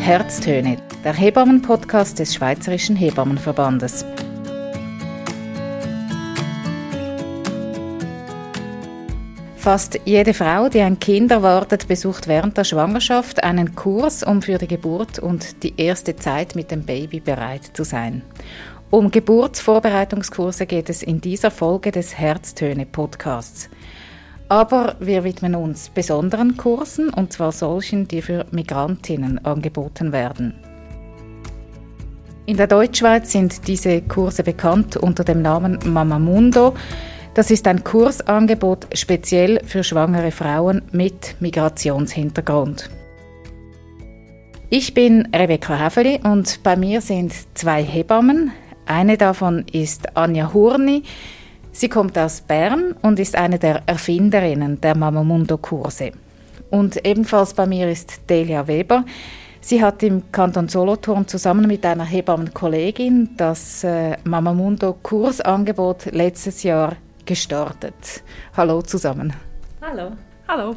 Herztöne, der Hebammen-Podcast des Schweizerischen Hebammenverbandes. Fast jede Frau, die ein Kind erwartet, besucht während der Schwangerschaft einen Kurs, um für die Geburt und die erste Zeit mit dem Baby bereit zu sein. Um Geburtsvorbereitungskurse geht es in dieser Folge des Herztöne-Podcasts. Aber wir widmen uns besonderen Kursen, und zwar solchen, die für Migrantinnen angeboten werden. In der Deutschschweiz sind diese Kurse bekannt unter dem Namen Mama Mundo. Das ist ein Kursangebot speziell für schwangere Frauen mit Migrationshintergrund. Ich bin Rebecca Häfeli und bei mir sind 2 Hebammen. Eine davon ist Anja Hurni. Sie kommt aus Bern und ist eine der Erfinderinnen der Mama Mundo Kurse. Und ebenfalls bei mir ist Delia Weber. Sie hat im Kanton Solothurn zusammen mit einer Hebammenkollegin das Mama Mundo Kursangebot letztes Jahr gestartet. Hallo zusammen. Hallo. Hallo.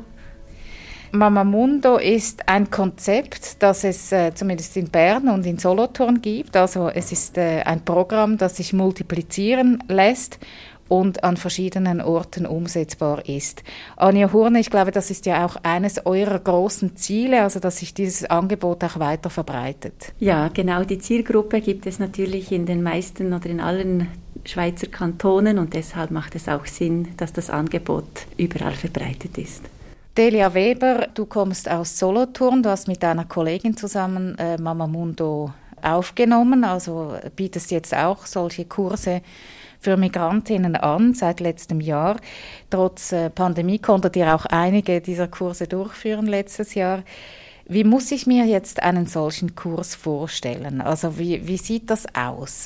Mama Mundo ist ein Konzept, das es zumindest in Bern und in Solothurn gibt. Also es ist ein Programm, das sich multiplizieren lässt und an verschiedenen Orten umsetzbar ist. Anja Hurne, ich glaube, das ist ja auch eines eurer großen Ziele, also dass sich dieses Angebot auch weiter verbreitet. Ja, genau. Die Zielgruppe gibt es natürlich in den meisten oder in allen Schweizer Kantonen und deshalb macht es auch Sinn, dass das Angebot überall verbreitet ist. Delia Weber, du kommst aus Solothurn, du hast mit deiner Kollegin zusammen Mama Mundo aufgenommen, also bietest jetzt auch solche Kurse für Migrantinnen an seit letztem Jahr. Trotz Pandemie konntet ihr auch einige dieser Kurse durchführen letztes Jahr. Wie muss ich mir jetzt einen solchen Kurs vorstellen? Also wie sieht das aus?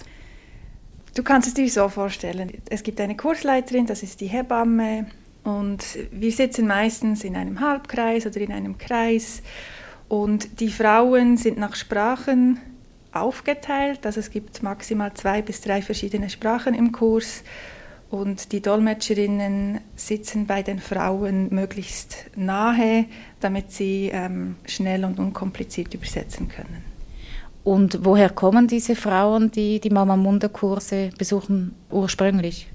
Du kannst es dir so vorstellen, es gibt eine Kursleiterin, das ist die Hebamme, und wir sitzen meistens in einem Halbkreis oder in einem Kreis und die Frauen sind nach Sprachen aufgeteilt, also es gibt maximal 2 bis 3 verschiedene Sprachen im Kurs und die Dolmetscherinnen sitzen bei den Frauen möglichst nahe, damit sie schnell und unkompliziert übersetzen können. Und woher kommen diese Frauen, die die Mama Mundo Kurse besuchen, ursprünglich?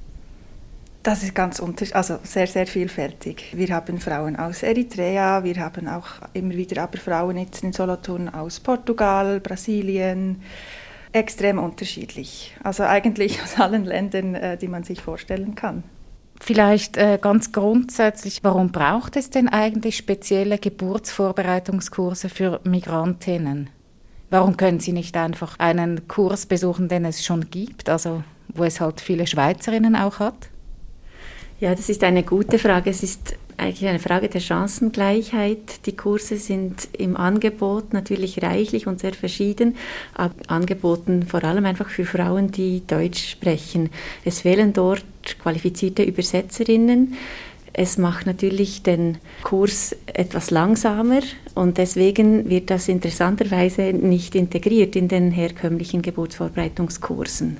Das ist sehr, sehr vielfältig. Wir haben Frauen aus Eritrea, wir haben auch immer wieder aber Frauen jetzt in Solothurn aus Portugal, Brasilien, extrem unterschiedlich. Also eigentlich aus allen Ländern, die man sich vorstellen kann. Vielleicht ganz grundsätzlich, warum braucht es denn eigentlich spezielle Geburtsvorbereitungskurse für Migrantinnen? Warum können Sie nicht einfach einen Kurs besuchen, den es schon gibt, also wo es halt viele Schweizerinnen auch hat? Ja, das ist eine gute Frage. Es ist eigentlich eine Frage der Chancengleichheit. Die Kurse sind im Angebot natürlich reichlich und sehr verschieden, aber angeboten vor allem einfach für Frauen, die Deutsch sprechen. Es fehlen dort qualifizierte Übersetzerinnen. Es macht natürlich den Kurs etwas langsamer und deswegen wird das interessanterweise nicht integriert in den herkömmlichen Geburtsvorbereitungskursen.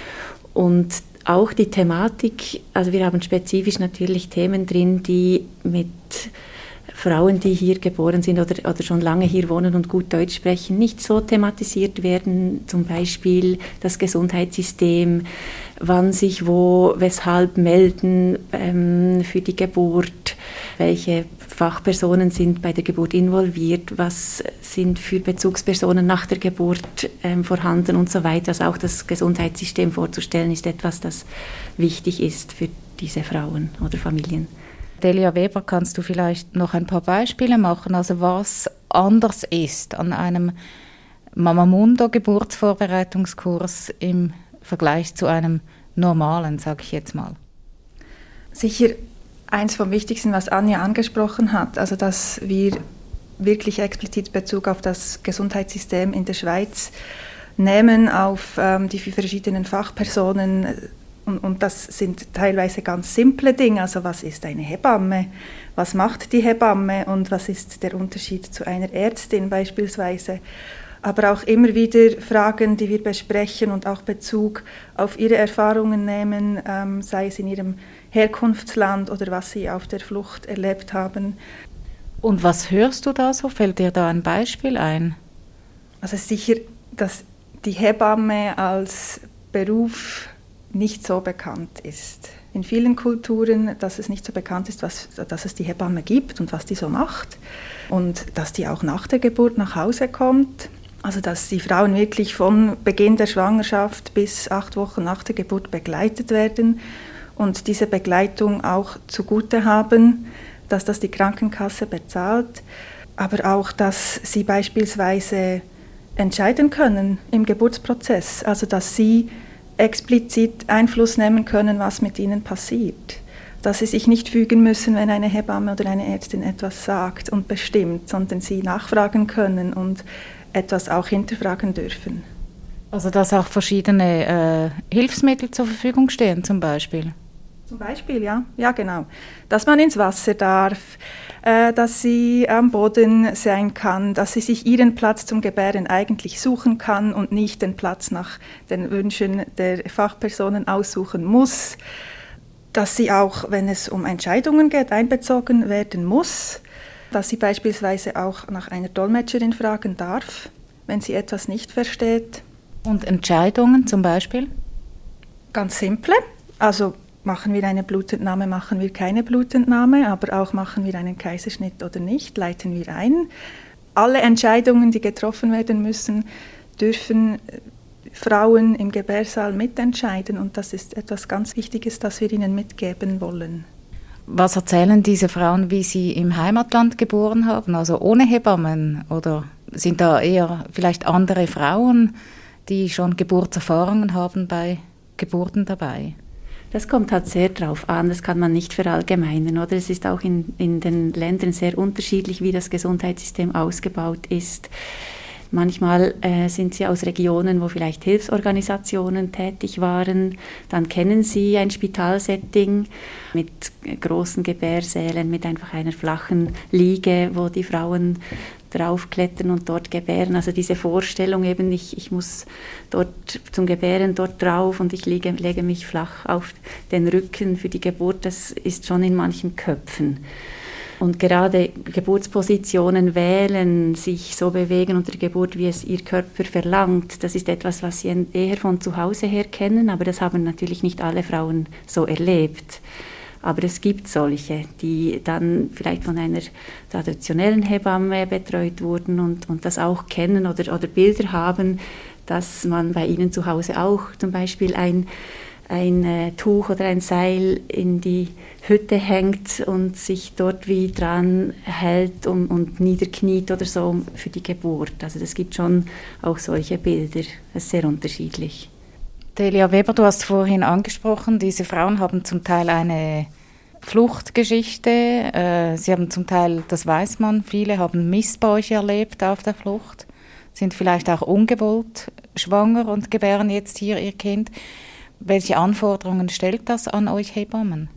Und auch die Thematik, also wir haben spezifisch natürlich Themen drin, die mit Frauen, die hier geboren sind oder schon lange hier wohnen und gut Deutsch sprechen, nicht so thematisiert werden. Zum Beispiel das Gesundheitssystem, wann sich wo, weshalb melden für die Geburt, welche Fachpersonen sind bei der Geburt involviert, was sind für Bezugspersonen nach der Geburt vorhanden und so weiter. Also auch das Gesundheitssystem vorzustellen, ist etwas, das wichtig ist für diese Frauen oder Familien. Delia Weber, kannst du vielleicht noch ein paar Beispiele machen, also was anders ist an einem Mama Mundo Geburtsvorbereitungskurs im Vergleich zu einem normalen, sage ich jetzt mal? Sicher eins vom Wichtigsten, was Anja angesprochen hat, also dass wir wirklich explizit Bezug auf das Gesundheitssystem in der Schweiz nehmen, auf die verschiedenen Fachpersonen. Und das sind teilweise ganz simple Dinge, also was ist eine Hebamme, was macht die Hebamme und was ist der Unterschied zu einer Ärztin beispielsweise. Aber auch immer wieder Fragen, die wir besprechen und auch Bezug auf ihre Erfahrungen nehmen, sei es in ihrem Herkunftsland oder was sie auf der Flucht erlebt haben. Und was hörst du da so? Fällt dir da ein Beispiel ein? Also sicher, dass die Hebamme als Beruf nicht so bekannt ist. In vielen Kulturen, dass es nicht so bekannt ist, dass es die Hebamme gibt und was die so macht. Und dass die auch nach der Geburt nach Hause kommt. Also dass die Frauen wirklich von Beginn der Schwangerschaft bis 8 Wochen nach der Geburt begleitet werden und diese Begleitung auch zugute haben, dass das die Krankenkasse bezahlt, aber auch, dass sie beispielsweise entscheiden können im Geburtsprozess, also dass sie explizit Einfluss nehmen können, was mit ihnen passiert. Dass sie sich nicht fügen müssen, wenn eine Hebamme oder eine Ärztin etwas sagt und bestimmt, sondern sie nachfragen können und etwas auch hinterfragen dürfen. Also dass auch verschiedene Hilfsmittel zur Verfügung stehen zum Beispiel? Zum Beispiel, ja. Ja, genau. Dass man ins Wasser darf, dass sie am Boden sein kann, dass sie sich ihren Platz zum Gebären eigentlich suchen kann und nicht den Platz nach den Wünschen der Fachpersonen aussuchen muss, dass sie auch, wenn es um Entscheidungen geht, einbezogen werden muss, dass sie beispielsweise auch nach einer Dolmetscherin fragen darf, wenn sie etwas nicht versteht. Und Entscheidungen zum Beispiel? Ganz simple, also machen wir eine Blutentnahme, machen wir keine Blutentnahme, aber auch machen wir einen Kaiserschnitt oder nicht, leiten wir ein. Alle Entscheidungen, die getroffen werden müssen, dürfen Frauen im Gebärsaal mitentscheiden und das ist etwas ganz Wichtiges, das wir ihnen mitgeben wollen. Was erzählen diese Frauen, wie sie im Heimatland geboren haben, also ohne Hebammen? Oder sind da eher vielleicht andere Frauen, die schon Geburtserfahrungen haben bei Geburten dabei? Das kommt halt sehr drauf an, das kann man nicht verallgemeinern, oder? Es ist auch in den Ländern sehr unterschiedlich, wie das Gesundheitssystem ausgebaut ist. Manchmal sind sie aus Regionen, wo vielleicht Hilfsorganisationen tätig waren. Dann kennen sie ein Spitalsetting mit großen Gebärsälen, mit einfach einer flachen Liege, wo die Frauen draufklettern und dort gebären. Also diese Vorstellung eben, ich muss dort zum Gebären dort drauf und ich lege mich flach auf den Rücken für die Geburt, das ist schon in manchen Köpfen. Und gerade Geburtspositionen wählen, sich so bewegen unter der Geburt, wie es ihr Körper verlangt, das ist etwas, was sie eher von zu Hause her kennen, aber das haben natürlich nicht alle Frauen so erlebt. Aber es gibt solche, die dann vielleicht von einer traditionellen Hebamme betreut wurden und das auch kennen oder Bilder haben, dass man bei ihnen zu Hause auch zum Beispiel ein Tuch oder ein Seil in die Hütte hängt und sich dort wie dran hält und niederkniet oder so für die Geburt. Also es gibt schon auch solche Bilder. Das ist sehr unterschiedlich. Delia Weber, du hast vorhin angesprochen, diese Frauen haben zum Teil eine Fluchtgeschichte. Sie haben zum Teil, das weiß man, viele haben Missbräuche erlebt auf der Flucht, sind vielleicht auch ungewollt schwanger und gebären jetzt hier ihr Kind. Welche Anforderungen stellt das an euch Hebammen?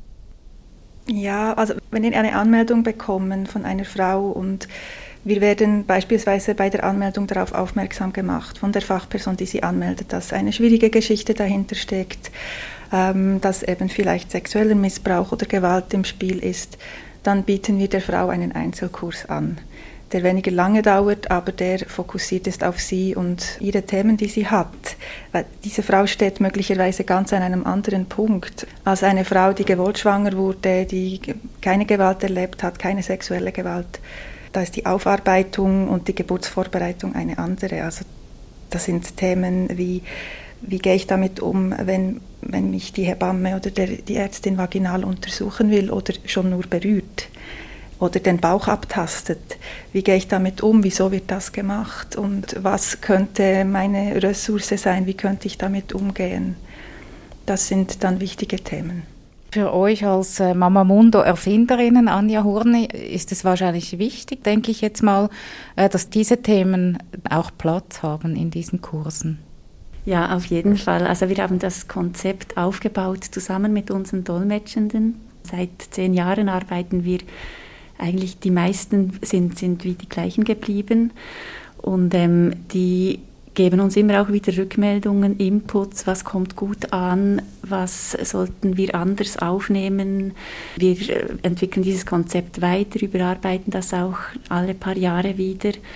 Ja, also wenn wir eine Anmeldung bekommen von einer Frau und wir werden beispielsweise bei der Anmeldung darauf aufmerksam gemacht von der Fachperson, die sie anmeldet, dass eine schwierige Geschichte dahinter steckt, dass eben vielleicht sexueller Missbrauch oder Gewalt im Spiel ist, dann bieten wir der Frau einen Einzelkurs an, der weniger lange dauert, aber der fokussiert ist auf sie und ihre Themen, die sie hat. Weil diese Frau steht möglicherweise ganz an einem anderen Punkt als eine Frau, die gewollt schwanger wurde, die keine Gewalt erlebt hat, keine sexuelle Gewalt. Da ist die Aufarbeitung und die Geburtsvorbereitung eine andere. Also das sind Themen wie gehe ich damit um, wenn mich die Hebamme oder die Ärztin vaginal untersuchen will oder schon nur berührt oder den Bauch abtastet. Wie gehe ich damit um? Wieso wird das gemacht? Und was könnte meine Ressource sein? Wie könnte ich damit umgehen? Das sind dann wichtige Themen. Für euch als Mama Mundo Erfinderinnen, Anja Hurni, ist es wahrscheinlich wichtig, denke ich jetzt mal, dass diese Themen auch Platz haben in diesen Kursen. Ja, auf jeden Fall. Also wir haben das Konzept aufgebaut zusammen mit unseren Dolmetschenden. Seit 10 Jahren arbeiten wir, eigentlich die meisten sind wie die gleichen geblieben und die geben uns immer auch wieder Rückmeldungen, Inputs, was kommt gut an, was sollten wir anders aufnehmen. Wir entwickeln dieses Konzept weiter, überarbeiten das auch alle paar Jahre wieder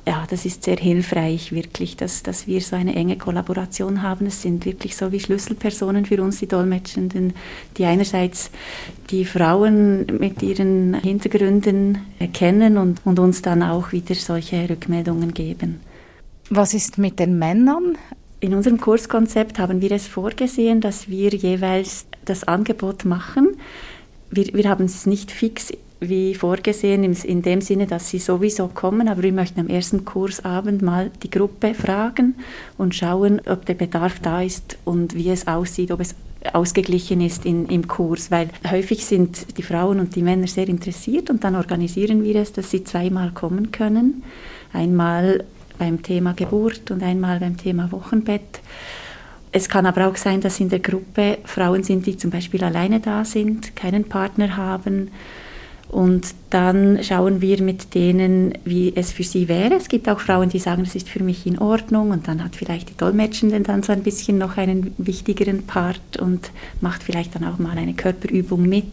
ja, das ist sehr hilfreich wirklich, dass wir so eine enge Kollaboration haben. Es sind wirklich so wie Schlüsselpersonen für uns, die Dolmetschenden, die einerseits die Frauen mit ihren Hintergründen kennen und uns dann auch wieder solche Rückmeldungen geben. Was ist mit den Männern? In unserem Kurskonzept haben wir es vorgesehen, dass wir jeweils das Angebot machen. Wir haben es nicht fix wie vorgesehen, in dem Sinne, dass sie sowieso kommen, aber wir möchten am ersten Kursabend mal die Gruppe fragen und schauen, ob der Bedarf da ist und wie es aussieht, ob es ausgeglichen ist im Kurs, weil häufig sind die Frauen und die Männer sehr interessiert und dann organisieren wir es, dass sie zweimal kommen können, einmal beim Thema Geburt und einmal beim Thema Wochenbett. Es kann aber auch sein, dass in der Gruppe Frauen sind, die zum Beispiel alleine da sind, keinen Partner haben. Und dann schauen wir mit denen, wie es für sie wäre. Es gibt auch Frauen, die sagen, das ist für mich in Ordnung. Und dann hat vielleicht die Dolmetschende dann so ein bisschen noch einen wichtigeren Part und macht vielleicht dann auch mal eine Körperübung mit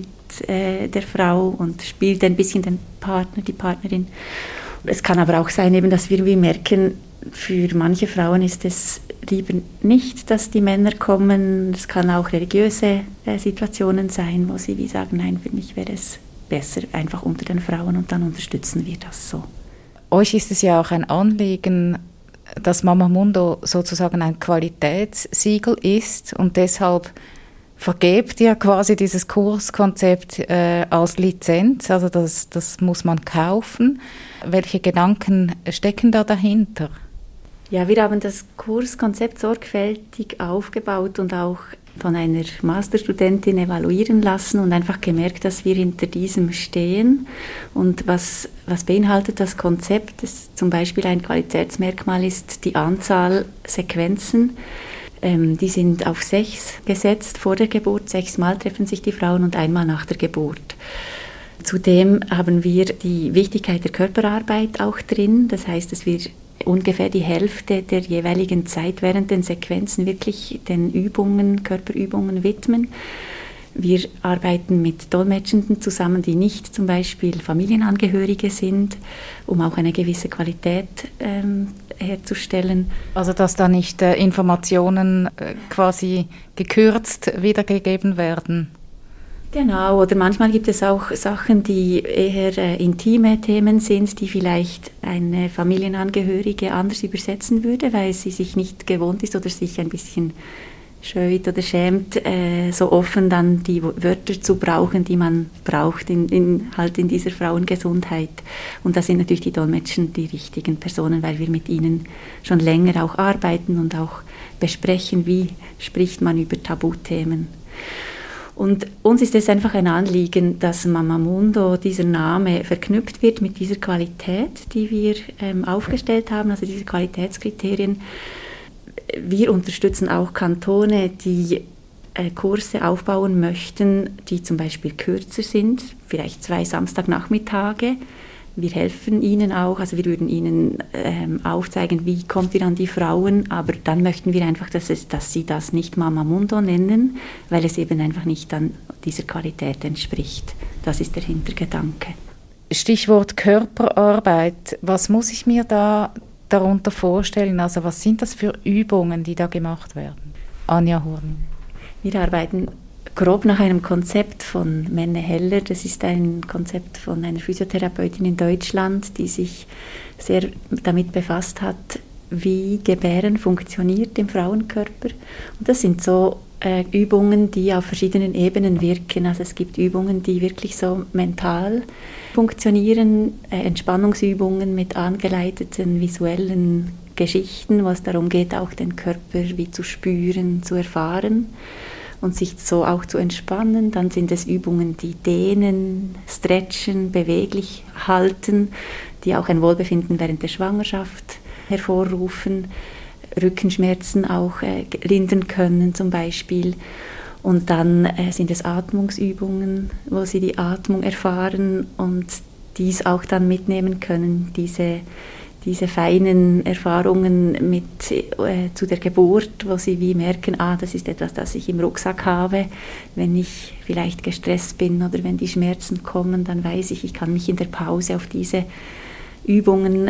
der Frau und spielt ein bisschen den Partner, die Partnerin. Es kann aber auch sein, eben, dass wir merken, für manche Frauen ist es lieber nicht, dass die Männer kommen. Es kann auch religiöse Situationen sein, wo sie wie sagen, nein, für mich wäre es besser einfach unter den Frauen und dann unterstützen wir das so. Euch ist es ja auch ein Anliegen, dass Mama Mundo sozusagen ein Qualitätssiegel ist und deshalb vergebt ihr quasi dieses Kurskonzept als Lizenz, also das muss man kaufen. Welche Gedanken stecken da dahinter? Ja, wir haben das Kurskonzept sorgfältig aufgebaut und auch von einer Masterstudentin evaluieren lassen und einfach gemerkt, dass wir hinter diesem stehen. Und was beinhaltet das Konzept? Das zum Beispiel ein Qualitätsmerkmal ist die Anzahl Sequenzen. Die sind auf 6 gesetzt vor der Geburt. 6 Mal treffen sich die Frauen und einmal nach der Geburt. Zudem haben wir die Wichtigkeit der Körperarbeit auch drin. Das heißt, dass wir ungefähr die Hälfte der jeweiligen Zeit während den Sequenzen wirklich den Übungen, Körperübungen widmen. Wir arbeiten mit Dolmetschenden zusammen, die nicht zum Beispiel Familienangehörige sind, um auch eine gewisse Qualität herzustellen. Also dass da nicht Informationen quasi gekürzt wiedergegeben werden? Genau, oder manchmal gibt es auch Sachen, die eher intime Themen sind, die vielleicht eine Familienangehörige anders übersetzen würde, weil sie sich nicht gewohnt ist oder sich ein bisschen scheut oder schämt, so offen dann die Wörter zu brauchen, die man braucht in dieser Frauengesundheit. Und da sind natürlich die Dolmetschen die richtigen Personen, weil wir mit ihnen schon länger auch arbeiten und auch besprechen, wie spricht man über Tabuthemen. Und uns ist es einfach ein Anliegen, dass Mama Mundo, dieser Name, verknüpft wird mit dieser Qualität, die wir aufgestellt haben, also diese Qualitätskriterien. Wir unterstützen auch Kantone, die Kurse aufbauen möchten, die zum Beispiel kürzer sind, vielleicht 2 Samstagnachmittage. Wir helfen ihnen auch, also wir würden ihnen aufzeigen, wie kommt ihr an die Frauen, aber dann möchten wir einfach, dass sie das nicht Mama Mundo nennen, weil es eben einfach nicht dann dieser Qualität entspricht. Das ist der Hintergedanke. Stichwort Körperarbeit. Was muss ich mir da darunter vorstellen? Also was sind das für Übungen, die da gemacht werden? Anja Hurn. Wir arbeiten grob nach einem Konzept von Menne Heller. Das ist ein Konzept von einer Physiotherapeutin in Deutschland, die sich sehr damit befasst hat, wie Gebären funktioniert im Frauenkörper. Und das sind so Übungen, die auf verschiedenen Ebenen wirken. Also es gibt Übungen, die wirklich so mental funktionieren, Entspannungsübungen mit angeleiteten visuellen Geschichten, wo es darum geht, auch den Körper wie zu spüren, zu erfahren und sich so auch zu entspannen. Dann sind es Übungen, die dehnen, stretchen, beweglich halten, die auch ein Wohlbefinden während der Schwangerschaft hervorrufen, Rückenschmerzen auch lindern können zum Beispiel. Und dann sind es Atmungsübungen, wo sie die Atmung erfahren und dies auch dann mitnehmen können, diese feinen Erfahrungen zu der Geburt, wo sie wie merken, das ist etwas, das ich im Rucksack habe. Wenn ich vielleicht gestresst bin oder wenn die Schmerzen kommen, dann weiß ich, ich kann mich in der Pause auf diese Übungen,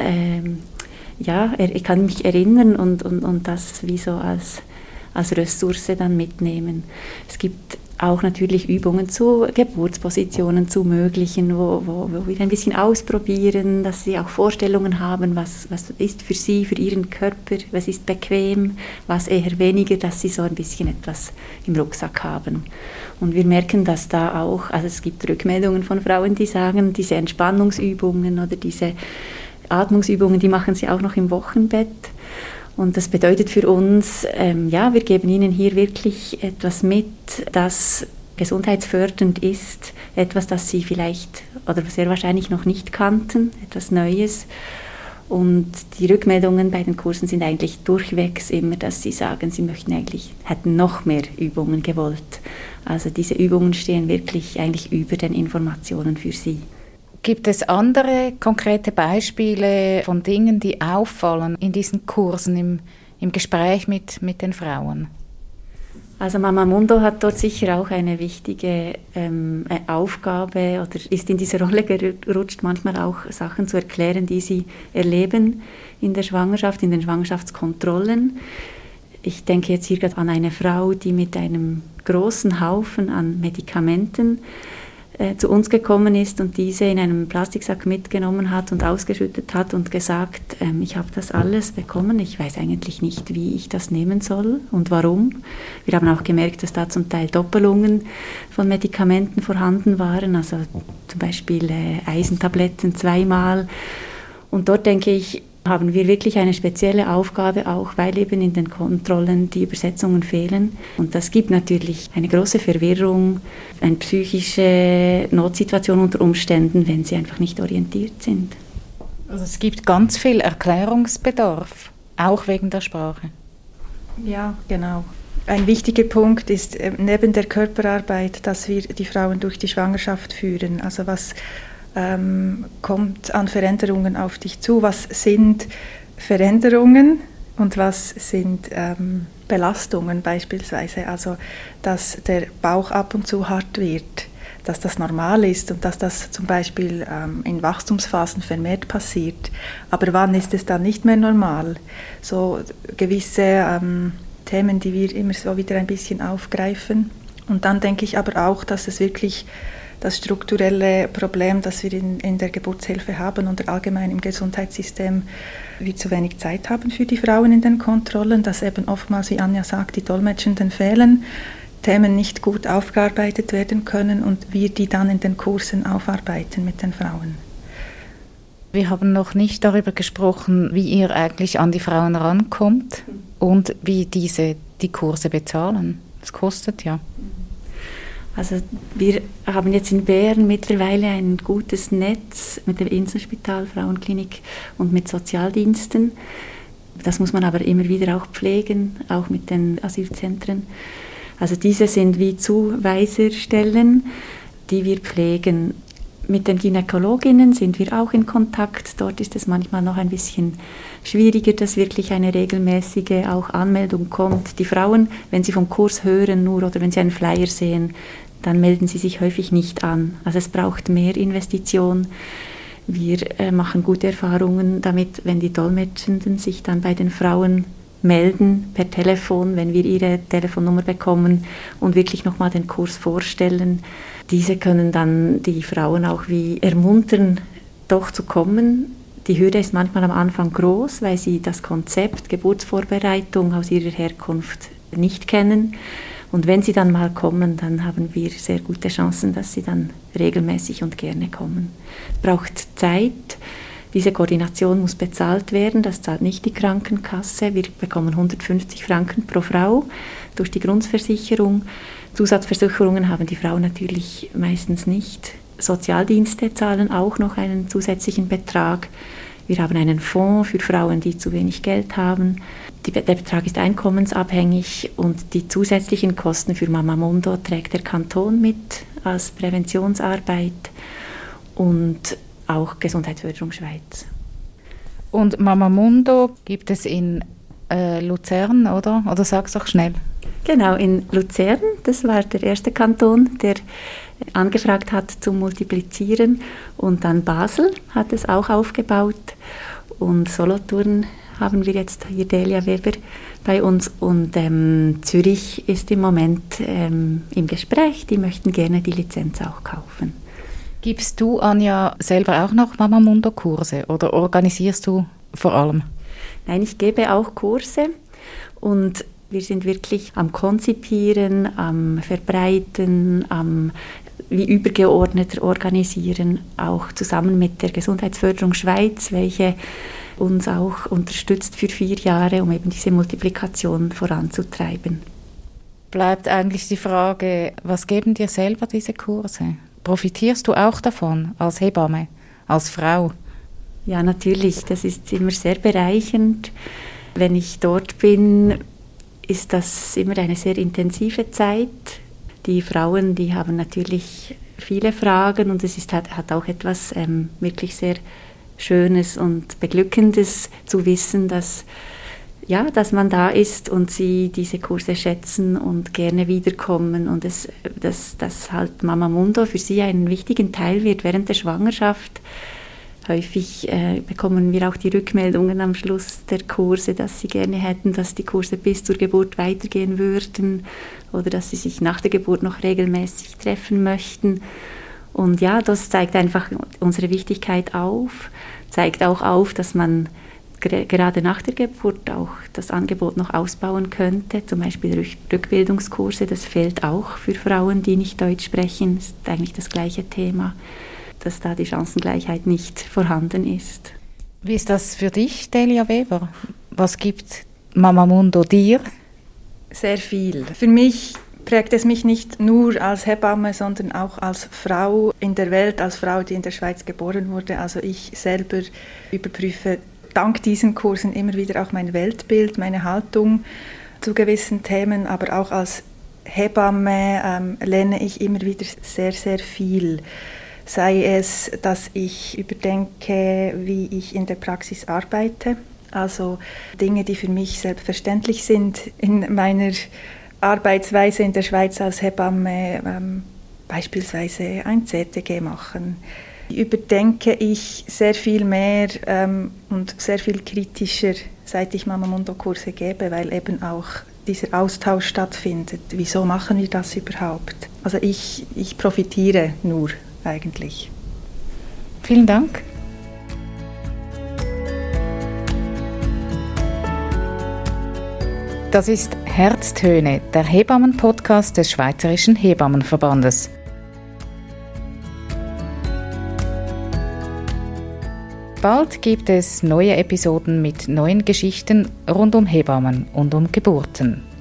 ich kann mich erinnern und das wie so als Ressource dann mitnehmen. Es gibt auch natürlich Übungen zu Geburtspositionen, zu möglichen, wo wir ein bisschen ausprobieren, dass sie auch Vorstellungen haben, was ist für sie, für ihren Körper, was ist bequem, was eher weniger, dass sie so ein bisschen etwas im Rucksack haben. Und wir merken, dass da auch, also es gibt Rückmeldungen von Frauen, die sagen, diese Entspannungsübungen oder diese Atmungsübungen, die machen sie auch noch im Wochenbett. Und das bedeutet für uns, wir geben ihnen hier wirklich etwas mit, das gesundheitsfördernd ist, etwas, das sie vielleicht oder sehr wahrscheinlich noch nicht kannten, etwas Neues. Und die Rückmeldungen bei den Kursen sind eigentlich durchwegs immer, dass sie sagen, sie hätten noch mehr Übungen gewollt. Also diese Übungen stehen wirklich eigentlich über den Informationen für sie. Gibt es andere konkrete Beispiele von Dingen, die auffallen in diesen Kursen, im Gespräch mit den Frauen? Also Mama Mundo hat dort sicher auch eine wichtige Aufgabe oder ist in diese Rolle gerutscht, manchmal auch Sachen zu erklären, die sie erleben in der Schwangerschaft, in den Schwangerschaftskontrollen. Ich denke jetzt hier gerade an eine Frau, die mit einem großen Haufen an Medikamenten zu uns gekommen ist und diese in einem Plastiksack mitgenommen hat und ausgeschüttet hat und gesagt, ich habe das alles bekommen, ich weiß eigentlich nicht, wie ich das nehmen soll und warum. Wir haben auch gemerkt, dass da zum Teil Doppelungen von Medikamenten vorhanden waren, also zum Beispiel Eisentabletten 2-mal. Und dort denke ich, haben wir wirklich eine spezielle Aufgabe, auch weil eben in den Kontrollen die Übersetzungen fehlen. Und das gibt natürlich eine große Verwirrung, eine psychische Notsituation unter Umständen, wenn sie einfach nicht orientiert sind. Also es gibt ganz viel Erklärungsbedarf, auch wegen der Sprache. Ja, genau. Ein wichtiger Punkt ist neben der Körperarbeit, dass wir die Frauen durch die Schwangerschaft führen. Also was kommt an Veränderungen auf dich zu? Was sind Veränderungen und was sind Belastungen beispielsweise? Also, dass der Bauch ab und zu hart wird, dass das normal ist und dass das zum Beispiel in Wachstumsphasen vermehrt passiert. Aber wann ist es dann nicht mehr normal? So gewisse Themen, die wir immer so wieder ein bisschen aufgreifen. Und dann denke ich aber auch, dass es wirklich das strukturelle Problem, das wir in der Geburtshilfe haben und allgemein im Gesundheitssystem, wir zu wenig Zeit haben für die Frauen in den Kontrollen, dass eben oftmals, wie Anja sagt, die Dolmetschenden fehlen, Themen nicht gut aufgearbeitet werden können und wir die dann in den Kursen aufarbeiten mit den Frauen. Wir haben noch nicht darüber gesprochen, wie ihr eigentlich an die Frauen rankommt und wie diese die Kurse bezahlen. Das kostet ja. Also wir haben jetzt in Bern mittlerweile ein gutes Netz mit dem Inselspital, Frauenklinik und mit Sozialdiensten. Das muss man aber immer wieder auch pflegen, auch mit den Asylzentren. Also diese sind wie Zuweiserstellen, die wir pflegen. Mit den Gynäkologinnen sind wir auch in Kontakt. Dort ist es manchmal noch ein bisschen schwieriger, dass wirklich eine regelmäßige auch Anmeldung kommt. Die Frauen, wenn sie vom Kurs hören nur oder wenn sie einen Flyer sehen, dann melden sie sich häufig nicht an. Also es braucht mehr Investition. Wir machen gute Erfahrungen damit, wenn die Dolmetschenden sich dann bei den Frauen melden per Telefon, wenn wir ihre Telefonnummer bekommen und wirklich nochmal den Kurs vorstellen. Diese können dann die Frauen auch wie ermuntern, doch zu kommen. Die Hürde ist manchmal am Anfang groß, weil sie das Konzept Geburtsvorbereitung aus ihrer Herkunft nicht kennen. Und wenn sie dann mal kommen, dann haben wir sehr gute Chancen, dass sie dann regelmäßig und gerne kommen. Es braucht Zeit. Diese Koordination muss bezahlt werden, das zahlt nicht die Krankenkasse. Wir bekommen 150 Franken pro Frau durch die Grundversicherung. Zusatzversicherungen haben die Frauen natürlich meistens nicht. Sozialdienste zahlen auch noch einen zusätzlichen Betrag. Wir haben einen Fonds für Frauen, die zu wenig Geld haben. Der Betrag ist einkommensabhängig und die zusätzlichen Kosten für Mama Mundo trägt der Kanton mit als Präventionsarbeit und auch Gesundheitsförderung Schweiz. Und Mama Mundo gibt es in Luzern, oder? Oder sag's doch schnell. Genau, in Luzern, das war der erste Kanton, der angefragt hat zum Multiplizieren. Und dann Basel hat es auch aufgebaut. Und Solothurn haben wir jetzt hier Delia Weber bei uns. Und Zürich ist im Moment im Gespräch. Die möchten gerne die Lizenz auch kaufen. Gibst du, Anja, selber auch noch Mama Mundo Kurse oder organisierst du vor allem? Nein, ich gebe auch Kurse und wir sind wirklich am Konzipieren, am Verbreiten, am wie übergeordneter organisieren, auch zusammen mit der Gesundheitsförderung Schweiz, welche uns auch unterstützt für 4 Jahre, um eben diese Multiplikation voranzutreiben. Bleibt eigentlich die Frage, was geben dir selber diese Kurse? Profitierst du auch davon als Hebamme, als Frau? Ja, natürlich. Das ist immer sehr bereichernd. Wenn ich dort bin, ist das immer eine sehr intensive Zeit. Die Frauen, die haben natürlich viele Fragen und es hat auch etwas wirklich sehr Schönes und Beglückendes zu wissen, dass man da ist und sie diese Kurse schätzen und gerne wiederkommen und dass halt Mama Mundo für sie einen wichtigen Teil wird während der Schwangerschaft. Häufig bekommen wir auch die Rückmeldungen am Schluss der Kurse, dass sie gerne hätten, dass die Kurse bis zur Geburt weitergehen würden oder dass sie sich nach der Geburt noch regelmäßig treffen möchten. Und ja, das zeigt einfach unsere Wichtigkeit auf, zeigt auch auf, dass man gerade nach der Geburt auch das Angebot noch ausbauen könnte, zum Beispiel Rückbildungskurse, das fehlt auch für Frauen, die nicht Deutsch sprechen, ist eigentlich das gleiche Thema, dass da die Chancengleichheit nicht vorhanden ist. Wie ist das für dich, Delia Weber? Was gibt Mama Mundo dir? Sehr viel. Für mich prägt es mich nicht nur als Hebamme, sondern auch als Frau in der Welt, als Frau, die in der Schweiz geboren wurde. Also ich selber überprüfe dank diesen Kursen immer wieder auch mein Weltbild, meine Haltung zu gewissen Themen, aber auch als Hebamme lerne ich immer wieder sehr, sehr viel. Sei es, dass ich überdenke, wie ich in der Praxis arbeite, also Dinge, die für mich selbstverständlich sind in meiner Arbeitsweise in der Schweiz als Hebamme, beispielsweise ein CTG machen. Überdenke ich sehr viel mehr und sehr viel kritischer, seit ich Mama Mundo Kurse gebe, weil eben auch dieser Austausch stattfindet. Wieso machen wir das überhaupt? Also ich profitiere nur eigentlich. Vielen Dank. Das ist Herztöne, der Hebammen-Podcast des Schweizerischen Hebammenverbandes. Bald gibt es neue Episoden mit neuen Geschichten rund um Hebammen und um Geburten.